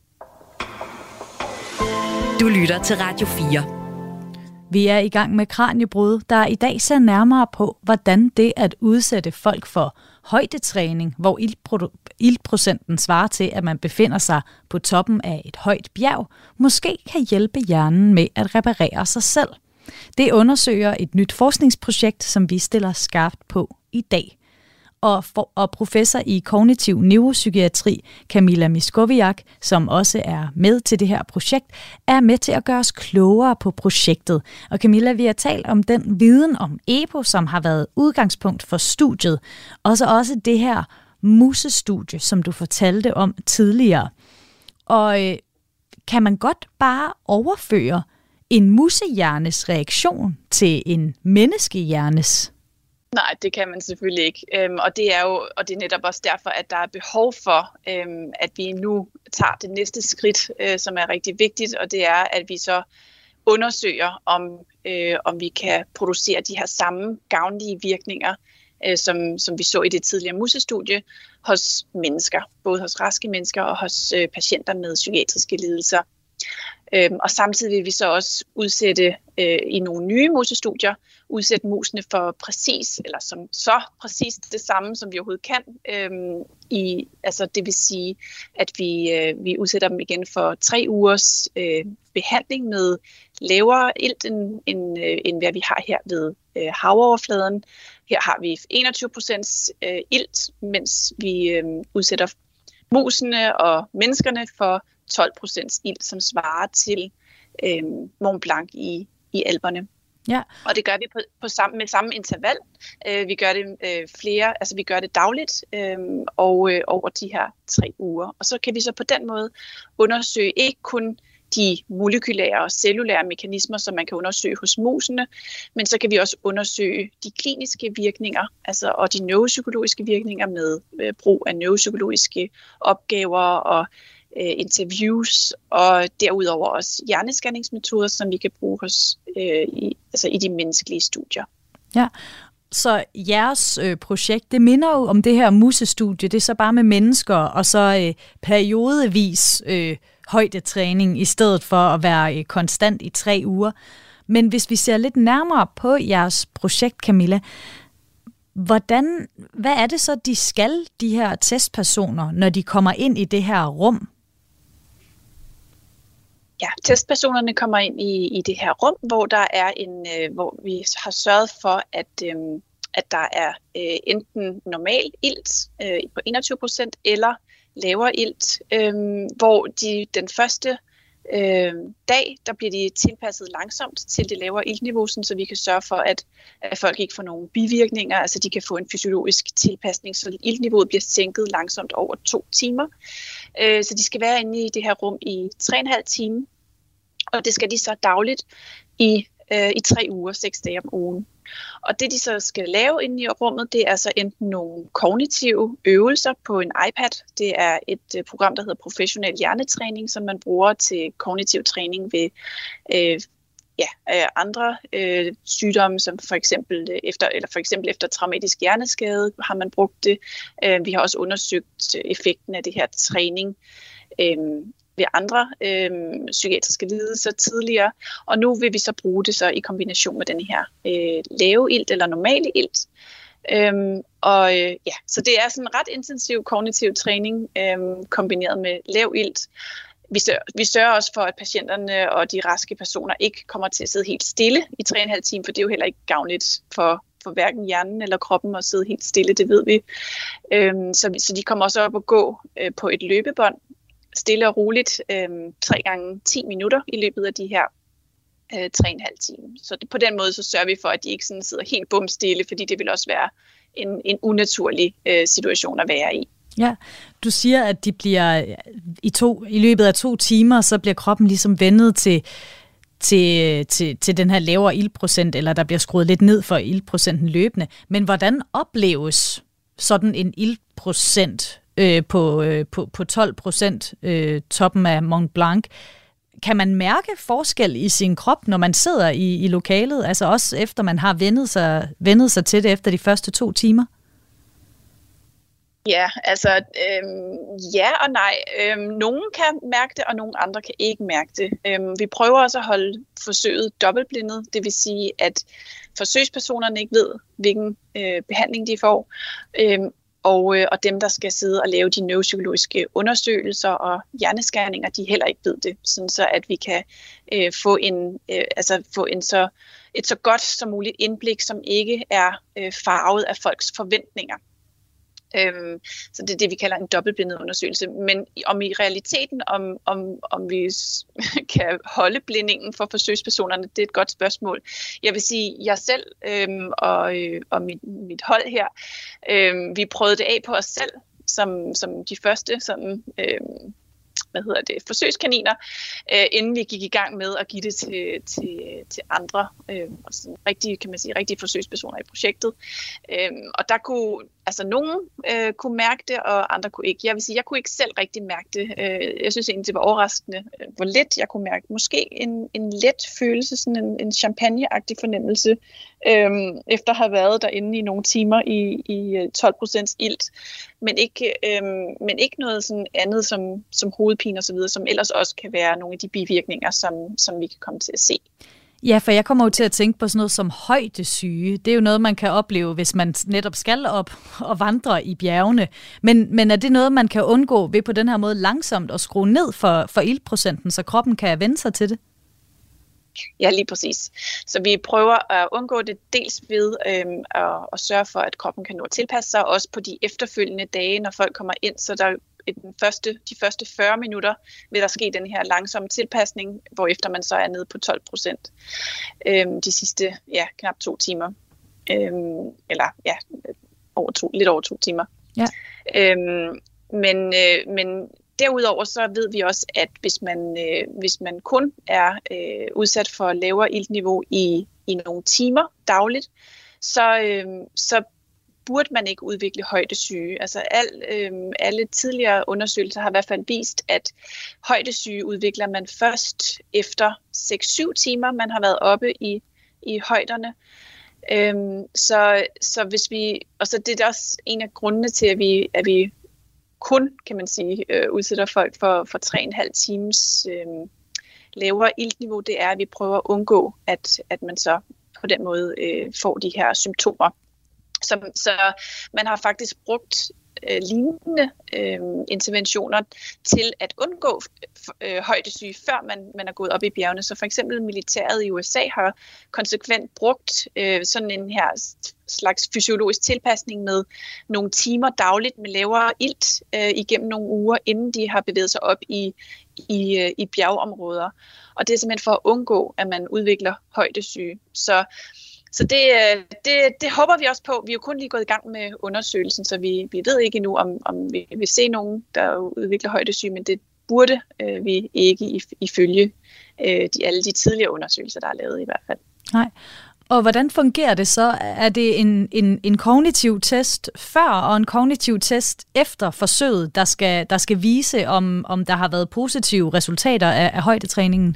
Du lytter til Radio 4.
Vi er i gang med Kraniebrud, der i dag ser nærmere på, hvordan det at udsætte folk for højdetræning, hvor iltprocenten svarer til, at man befinder sig på toppen af et højt bjerg, måske kan hjælpe hjernen med at reparere sig selv. Det undersøger et nyt forskningsprojekt, som vi stiller skarpt på i dag. Og professor i kognitiv neuropsykiatri, Kamila Miskowiak, som også er med til det her projekt, er med til at gøre os klogere på projektet. Og Kamila, vi har talt om den viden om EPO, som har været udgangspunkt for studiet, og så også det her musestudie, som du fortalte om tidligere. Og kan man godt bare overføre en musehjernes reaktion til en menneskehjernes?
Nej, det kan man selvfølgelig ikke. Og det er netop også derfor, at der er behov for, at vi nu tager det næste skridt, som er rigtig vigtigt, og det er, at vi så undersøger, om vi kan producere de her samme gavnlige virkninger, som vi så i det tidligere musestudie, hos mennesker, både hos raske mennesker og hos patienter med psykiatriske lidelser. Og samtidig vil vi så også udsætte i nogle nye musestudier, udsætte musene for præcis det samme, som vi overhovedet kan. Altså det vil sige, at vi udsætter dem igen for 3 ugers behandling med lavere ilt, end hvad vi har her ved havoverfladen. Her har vi 21% ilt, mens vi udsætter musene og menneskerne for 12% ilt, som svarer til Mont Blanc i Alperne.
Ja.
Og det gør vi med samme interval. Vi gør det vi gør det dagligt og over de her 3 uger. Og så kan vi så på den måde undersøge ikke kun de molekylære og cellulære mekanismer, som man kan undersøge hos musene, men så kan vi også undersøge de kliniske virkninger, og de neuropsykologiske virkninger med brug af neuropsykologiske opgaver og interviews, og derudover også hjernescanningsmetoder, som vi kan bruge i de menneskelige studier.
Ja, så jeres projekt, det minder jo om det her musestudie, det er så bare med mennesker, og så periodevis højdetræning, i stedet for at være konstant i 3 uger. Men hvis vi ser lidt nærmere på jeres projekt, Kamila, hvad er det så, de her testpersoner, når de kommer ind i det her rum?
Ja, testpersonerne kommer ind i det her rum, hvor der er hvor vi har sørget for, at der er enten normal ilt på 21% eller lavere ilt, hvor den første dag, der bliver de tilpasset langsomt til det lavere iltniveau, så vi kan sørge for, at folk ikke får nogle bivirkninger, altså de kan få en fysiologisk tilpasning, så iltniveauet bliver sænket langsomt over 2 timer. Så de skal være inde i det her rum i 3,5 timer, og det skal de så dagligt i 3 uger, 6 dage om ugen. Og det de så skal lave inde i rummet, det er så enten nogle kognitive øvelser på en iPad. Det er et program, der hedder Professionel Hjernetræning, som man bruger til kognitiv træning ved andre sygdomme, som for eksempel efter traumatisk hjerneskade har man brugt det. Vi har også undersøgt effekten af det her træning ved andre psykiatriske lidelser tidligere, og nu vil vi så bruge det så i kombination med den her lave ilt eller normale ilt. Så det er sådan en ret intensiv kognitiv træning kombineret med lav ilt. Vi sørger også for, at patienterne og de raske personer ikke kommer til at sidde helt stille i 3,5 timer, for det er jo heller ikke gavnligt for hverken hjernen eller kroppen at sidde helt stille, det ved vi. Så de kommer også op og gå på et løbebånd, stille og roligt, 3 gange 10 minutter i løbet af de her 3,5 timer. Så på den måde så sørger vi for, at de ikke sådan sidder helt bumstille, fordi det vil også være en unaturlig situation at være i.
Ja, du siger, at de bliver i løbet af 2 timer, så bliver kroppen ligesom vendet til den her lavere iltprocent, eller der bliver skruet lidt ned for iltprocenten løbende. Men hvordan opleves sådan en iltprocent på 12% toppen af Mont Blanc? Kan man mærke forskel i sin krop, når man sidder i lokalet? Altså også efter man har vendet sig til det efter de første 2 timer?
Ja, altså ja og nej. Nogen kan mærke det, og nogle andre kan ikke mærke det. Vi prøver også at holde forsøget dobbeltblindet, det vil sige, at forsøgspersonerne ikke ved, hvilken behandling de får, og dem, der skal sidde og lave de neuropsykologiske undersøgelser og hjerneskanninger, de heller ikke ved det, sådan så at vi kan få et så godt som muligt indblik, som ikke er farvet af folks forventninger. Så det er det, vi kalder en dobbeltblindet undersøgelse. Men om i realiteten, om vi kan holde blindingen for forsøgspersonerne, det er et godt spørgsmål. Jeg vil sige, jeg selv og mit hold her, vi prøvede det af på os selv, som de første forsøgskaniner, inden vi gik i gang med at give det til andre, rigtige forsøgspersoner i projektet. Og der kunne, nogen kunne mærke det, og andre kunne ikke. Jeg vil sige, jeg kunne ikke selv rigtig mærke det. Jeg synes egentlig, det var overraskende, hvor let jeg kunne mærke. Måske en let følelse, sådan en champagneagtig fornemmelse, efter at have været derinde i nogle timer i 12% ilt, men ikke noget sådan andet som hovedpine og så videre, som ellers også kan være nogle af de bivirkninger, som vi kan komme til at se.
Ja, for jeg kommer jo til at tænke på sådan noget som højdesyge. Det er jo noget, man kan opleve, hvis man netop skal op og vandre i bjergene. Men er det noget, man kan undgå ved på den her måde langsomt at skrue ned for iltprocenten, så kroppen kan vende sig til det?
Ja, lige præcis. Så vi prøver at undgå det dels ved at sørge for, at kroppen kan nå at tilpasse sig, også på de efterfølgende dage, når folk kommer ind, så der de første 40 minutter vil der ske den her langsomme tilpasning, hvorefter man så er nede på 12% de sidste knap 2 timer. Lidt over 2 timer. Ja. Men derudover så ved vi også, at hvis man kun er udsat for lavere iltniveau i nogle timer dagligt, så burde man ikke udvikle højdesyge. Altså alle tidligere undersøgelser har i hvert fald vist, at højdesyge udvikler man først efter 6-7 timer, man har været oppe i højderne. Så hvis vi, og så det er også en af grundene til, at vi kun, kan man sige, udsætter folk for 3,5 times lavere iltniveau, det er, at vi prøver at undgå, at man så på den måde får de her symptomer. Så man har faktisk brugt lignende interventioner til at undgå højdesyge, før man er gået op i bjergene. Så for eksempel militæret i USA har konsekvent brugt sådan en her slags fysiologisk tilpasning med nogle timer dagligt med lavere ilt igennem nogle uger, inden de har bevæget sig op i bjergeområder. Og det er simpelthen for at undgå, at man udvikler højdesyge. Så det håber vi også på. Vi er jo kun lige gået i gang med undersøgelsen, så vi ved ikke endnu, om vi vil se nogen, der udvikler højdesyge, men det burde vi ikke ifølge alle de tidligere undersøgelser, der er lavet i hvert fald.
Nej. Og hvordan fungerer det så? Er det en kognitiv test før og en kognitiv test efter forsøget, der skal vise, om der har været positive resultater af højdetræningen?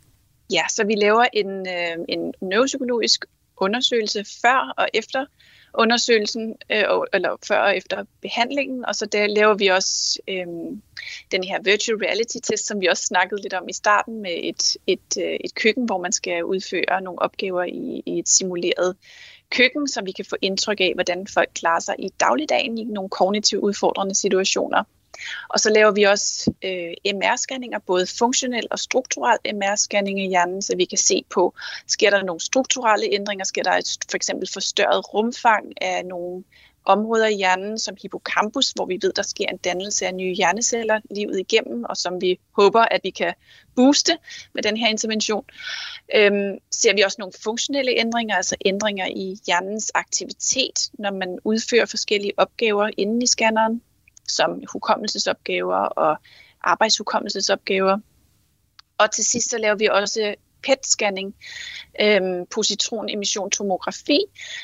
Ja, så vi laver en neuropsykologisk undersøgelse før og efter, undersøgelsen, eller før og efter behandlingen, og så der laver vi også den her virtual reality test, som vi også snakkede lidt om i starten, med et køkken, hvor man skal udføre nogle opgaver i et simuleret køkken, så vi kan få indtryk af, hvordan folk klarer sig i dagligdagen i nogle kognitivt udfordrende situationer. Og så laver vi også MR-scanninger, både funktionel og strukturel MR-scanning i hjernen, så vi kan se på, sker der nogle strukturelle ændringer, sker der for eksempel forstørret rumfang af nogle områder i hjernen, som hippocampus, hvor vi ved, der sker en dannelse af nye hjerneceller livet igennem, og som vi håber, at vi kan booste med den her intervention. Ser vi også nogle funktionelle ændringer, altså ændringer i hjernens aktivitet, når man udfører forskellige opgaver inde i scanneren, som hukommelsesopgaver og arbejdshukommelsesopgaver. Og til sidst så laver vi også PET-scanning, positronemission-tomografi,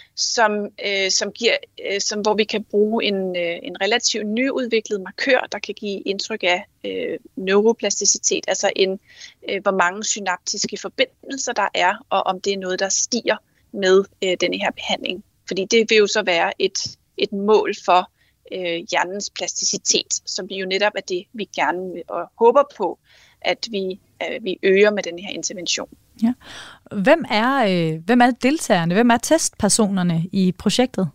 hvor vi kan bruge en relativt nyudviklet markør, der kan give indtryk af neuroplasticitet, altså hvor mange synaptiske forbindelser der er, og om det er noget, der stiger med denne her behandling. Fordi det vil jo så være et mål for hjernens plasticitet, som jo netop er det, vi gerne vil og håber på, at vi øger med den her intervention.
Ja. Hvem er deltagerne? Hvem er testpersonerne i projektet?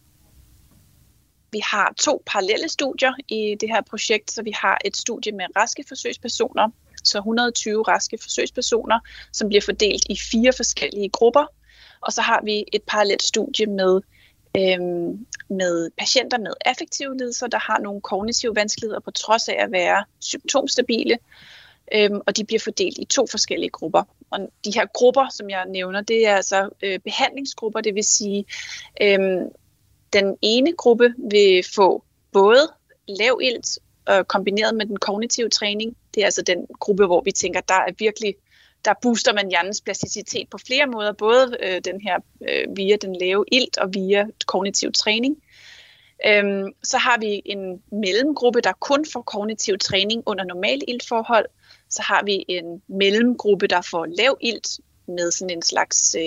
Vi har 2 parallelle studier i det her projekt, så vi har et studie med raske forsøgspersoner, så 120 raske forsøgspersoner, som bliver fordelt i 4 forskellige grupper, og så har vi et parallelt studie med patienter med affektive lidelser, der har nogle kognitive vanskeligheder på trods af at være symptomstabile, og de bliver fordelt i 2 forskellige grupper. Og de her grupper, som jeg nævner, det er altså behandlingsgrupper, det vil sige, den ene gruppe vil få både lav ilt kombineret med den kognitive træning. Det er altså den gruppe, hvor vi tænker, der booster man hjernens plasticitet på flere måder, både den her via den lave ilt og via kognitiv træning. Så har vi en mellemgruppe, der kun får kognitiv træning under normale iltforhold. Så har vi en mellemgruppe, der får lav ilt med sådan en slags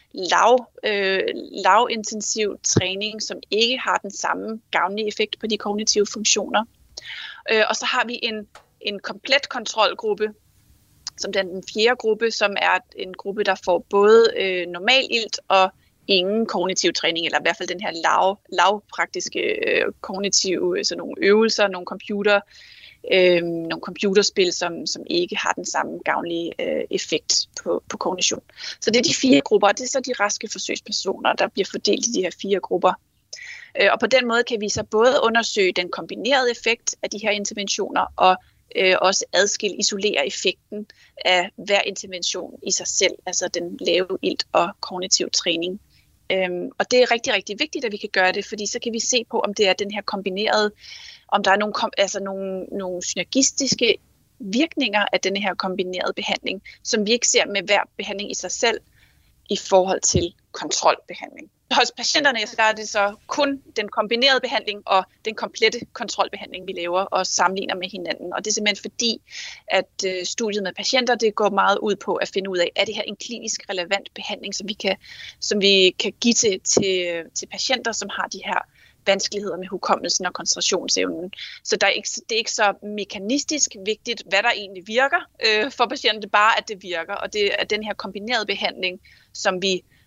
lavintensiv træning, som ikke har den samme gavnlige effekt på de kognitive funktioner. Og så har vi en komplet kontrolgruppe, som den 4. gruppe, som er en gruppe, der får både normal ilt og ingen kognitiv træning, eller i hvert fald den her lavpraktiske kognitive, så nogle øvelser, nogle computerspil, som ikke har den samme gavnlige effekt på kognition. Så det er de 4 grupper, og det er så de raske forsøgspersoner, der bliver fordelt i de her 4 grupper. Og på den måde kan vi så både undersøge den kombinerede effekt af de her interventioner, og også isolere effekten af hver intervention i sig selv, altså den lave ilt og kognitiv træning. Og det er rigtig, rigtig vigtigt, at vi kan gøre det, fordi så kan vi se på, om det er den her kombinerede, om der er nogle synergistiske virkninger af den her kombinerede behandling, som vi ikke ser med hver behandling i sig selv i forhold til kontrolbehandling. Hos patienterne der er det så kun den kombinerede behandling og den komplette kontrolbehandling, vi laver og sammenligner med hinanden. Og det er simpelthen fordi, at studiet med patienter det går meget ud på at finde ud af, er det her en klinisk relevant behandling, som vi kan give til patienter, som har de her vanskeligheder med hukommelsen og koncentrationsevnen. Så det er ikke så mekanistisk vigtigt, hvad der egentlig virker for patienten, bare at det virker. Og det er den her kombinerede behandling, som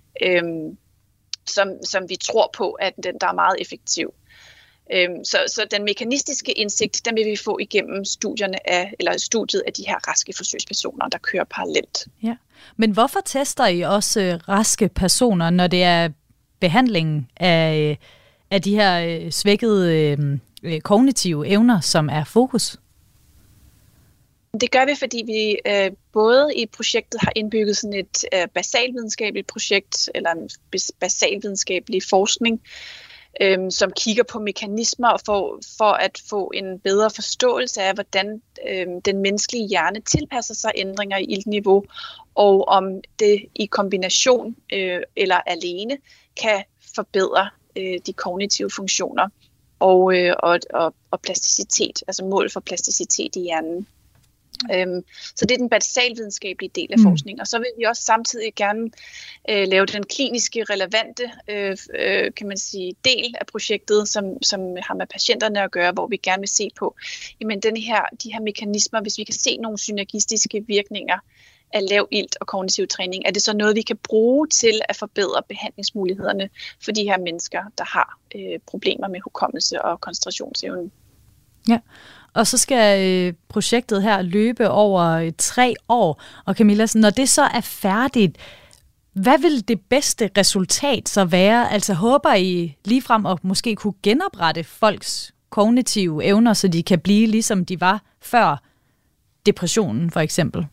vi tror på, at den der er meget effektiv. Så den mekanistiske indsigt, den vil vi få igennem studiet af de her raske forsøgspersoner, der kører parallelt.
Ja. Men hvorfor tester I også raske personer, når det er behandlingen af de her svækkede kognitive evner, som er fokus?
Det gør vi, fordi vi både i projektet har indbygget sådan et basalvidenskabeligt projekt, eller en basalvidenskabelig forskning, som kigger på mekanismer og for at få en bedre forståelse af, hvordan den menneskelige hjerne tilpasser sig ændringer i iltniveau, og om det i kombination eller alene kan forbedre de kognitive funktioner og plasticitet, altså mål for plasticitet i hjernen. Så det er den basalvidenskabelige del af forskningen. Og så vil vi også samtidig gerne lave den kliniske relevante kan man sige, del af projektet, som har med patienterne at gøre, hvor vi gerne vil se på, jamen de her mekanismer, hvis vi kan se nogle synergistiske virkninger af lav ilt og kognitiv træning, er det så noget, vi kan bruge til at forbedre behandlingsmulighederne for de her mennesker, der har problemer med hukommelse og koncentrationsevne.
Ja, og så skal projektet her løbe over 3 år. Og Camilla, når det så er færdigt, hvad vil det bedste resultat så være? Altså håber I ligefrem at måske kunne genoprette folks kognitive evner, så de kan blive ligesom de var før depressionen for eksempel?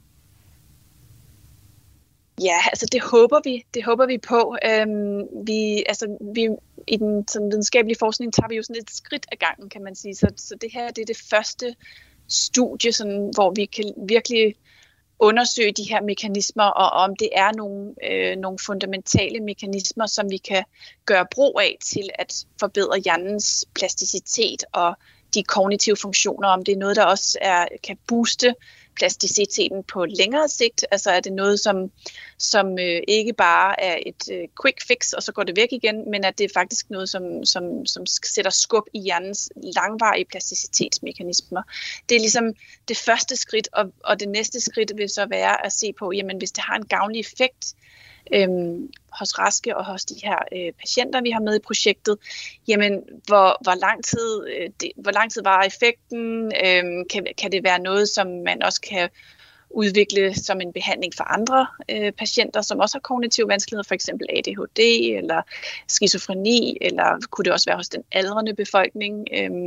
Ja, altså det håber vi på. Vi i den sådan videnskabelige forskning tager vi jo sådan et skridt ad gangen, kan man sige. Så det her, det er det første studie, sådan, hvor vi kan virkelig undersøge de her mekanismer, og om det er nogle fundamentale mekanismer, som vi kan gøre brug af til at forbedre hjernens plasticitet og de kognitive funktioner, om det er noget, der også kan booste plasticiteten på længere sigt. Altså er det noget, som ikke bare er et quick fix, og så går det væk igen, men at det er faktisk noget, som sætter skub i hjernens langvarige plasticitetsmekanismer. Det er ligesom det første skridt, og det næste skridt vil så være at se på, jamen hvis det har en gavnlig effekt hos raske og hos de her patienter, vi har med i projektet, jamen hvor lang tid var effekten? Kan det være noget, som man også kan udvikle som en behandling for andre patienter, som også har kognitive vanskeligheder, for eksempel ADHD eller skizofreni, eller kunne det også være hos den aldrende befolkning?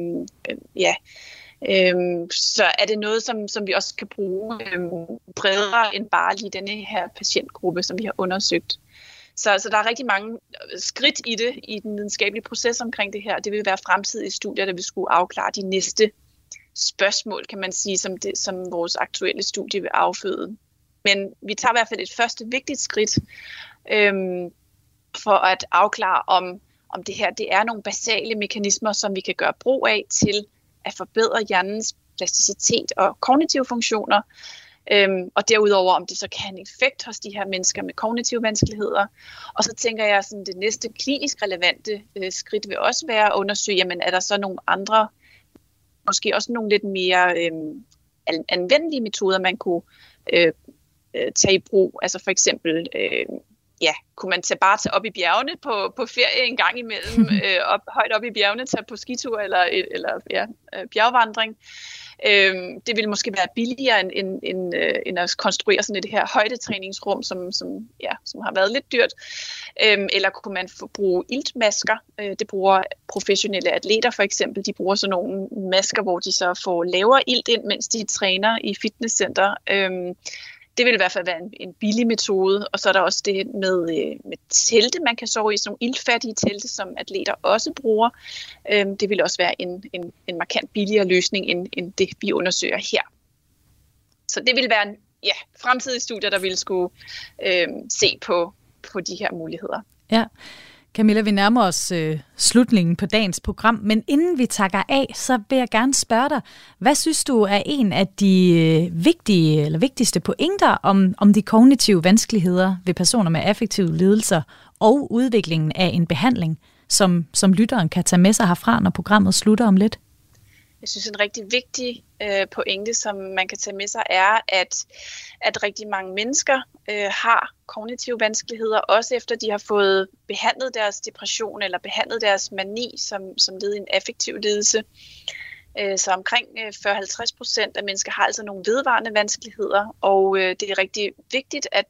Så er det noget, som vi også kan bruge bredere end bare lige denne her patientgruppe, som vi har undersøgt. Så der er rigtig mange skridt i det, i den videnskabelige proces omkring det her. Det vil være fremtidige studier, der vil skulle afklare de næste spørgsmål, kan man sige, som vores aktuelle studie vil afføde. Men vi tager i hvert fald et første vigtigt skridt for at afklare, om det her det er nogle basale mekanismer, som vi kan gøre brug af til at forbedre hjernens plasticitet og kognitive funktioner, og derudover om det så kan have en effekt hos de her mennesker med kognitive vanskeligheder. Og så tænker jeg, at det næste klinisk relevante skridt vil også være at undersøge, jamen er der så nogle andre, måske også nogle lidt mere anvendelige metoder, man kunne tage i brug. Altså for eksempel, kunne man bare tage op i bjergene på ferie en gang imellem, højt op i bjergene, tage på skitur eller bjergvandring. Det ville måske være billigere end at konstruere sådan et her højdetræningsrum, som har været lidt dyrt. Eller kunne man bruge iltmasker? Det bruger professionelle atleter for eksempel. De bruger sådan nogle masker, hvor de så får lavere ilt ind, mens de træner i fitnesscenter. Det vil i hvert fald være en billig metode, og så er der også det med telte, man kan sove i, sådan nogle iltfattige telte, som atleter også bruger. Det vil også være en markant billigere løsning, end det vi undersøger her. Så det vil være fremtidige studier, der vil skulle se på de her muligheder. Ja.
Camilla, vi nærmer os slutningen på dagens program, men inden vi takker af, så vil jeg gerne spørge dig, hvad synes du er en af de vigtigste pointer om de kognitive vanskeligheder ved personer med affektive lidelser og udviklingen af en behandling, som lytteren kan tage med sig herfra, når programmet slutter om lidt?
Jeg synes, en rigtig vigtig pointe, som man kan tage med sig, er, at rigtig mange mennesker har kognitive vanskeligheder, også efter de har fået behandlet deres depression eller behandlet deres mani som led i en affektiv lidelse. Så omkring 40-50% af mennesker har altså nogle vedvarende vanskeligheder, og det er rigtig vigtigt, at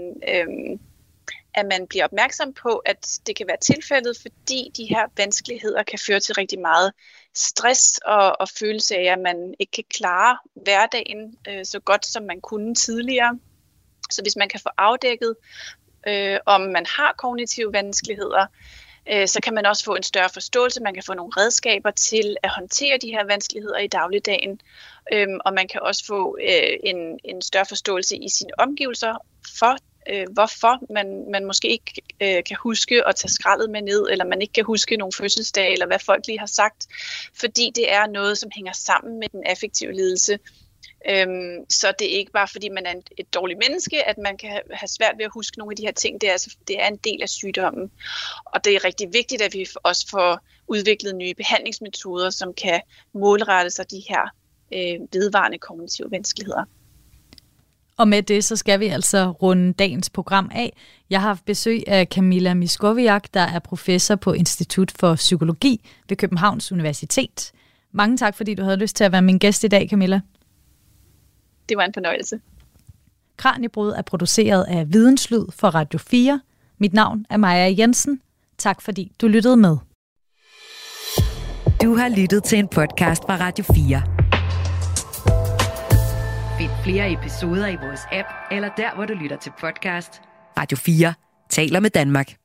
man bliver opmærksom på, at det kan være tilfældet, fordi de her vanskeligheder kan føre til rigtig meget stress og følelse af, at man ikke kan klare hverdagen så godt, som man kunne tidligere. Så hvis man kan få afdækket, om man har kognitive vanskeligheder, så kan man også få en større forståelse. Man kan få nogle redskaber til at håndtere de her vanskeligheder i dagligdagen, og man kan også få en større forståelse i sine omgivelser for, hvorfor man måske ikke kan huske at tage skraldet med ned, eller man ikke kan huske nogle fødselsdage, eller hvad folk lige har sagt, fordi det er noget, som hænger sammen med den affektive lidelse. Så det er ikke bare fordi man er et dårligt menneske, at man kan have svært ved at huske nogle af de her ting. Det er en del af sygdommen. Og det er rigtig vigtigt, at vi også får udviklet nye behandlingsmetoder, som kan målrette sig de her vedvarende kognitive vanskeligheder.
Og med det, så skal vi altså runde dagens program af. Jeg har haft besøg af Kamila Miskowiak, der er professor på Institut for Psykologi ved Københavns Universitet. Mange tak, fordi du havde lyst til at være min gæst i dag, Kamila.
Det var en fornøjelse.
Kraniebrud er produceret af Videnslyd for Radio 4. Mit navn er Maja Jensen. Tak fordi du lyttede med.
Du har lyttet til en podcast fra Radio 4. Find flere episoder i vores app, eller der, hvor du lytter til podcast. Radio 4 taler med Danmark.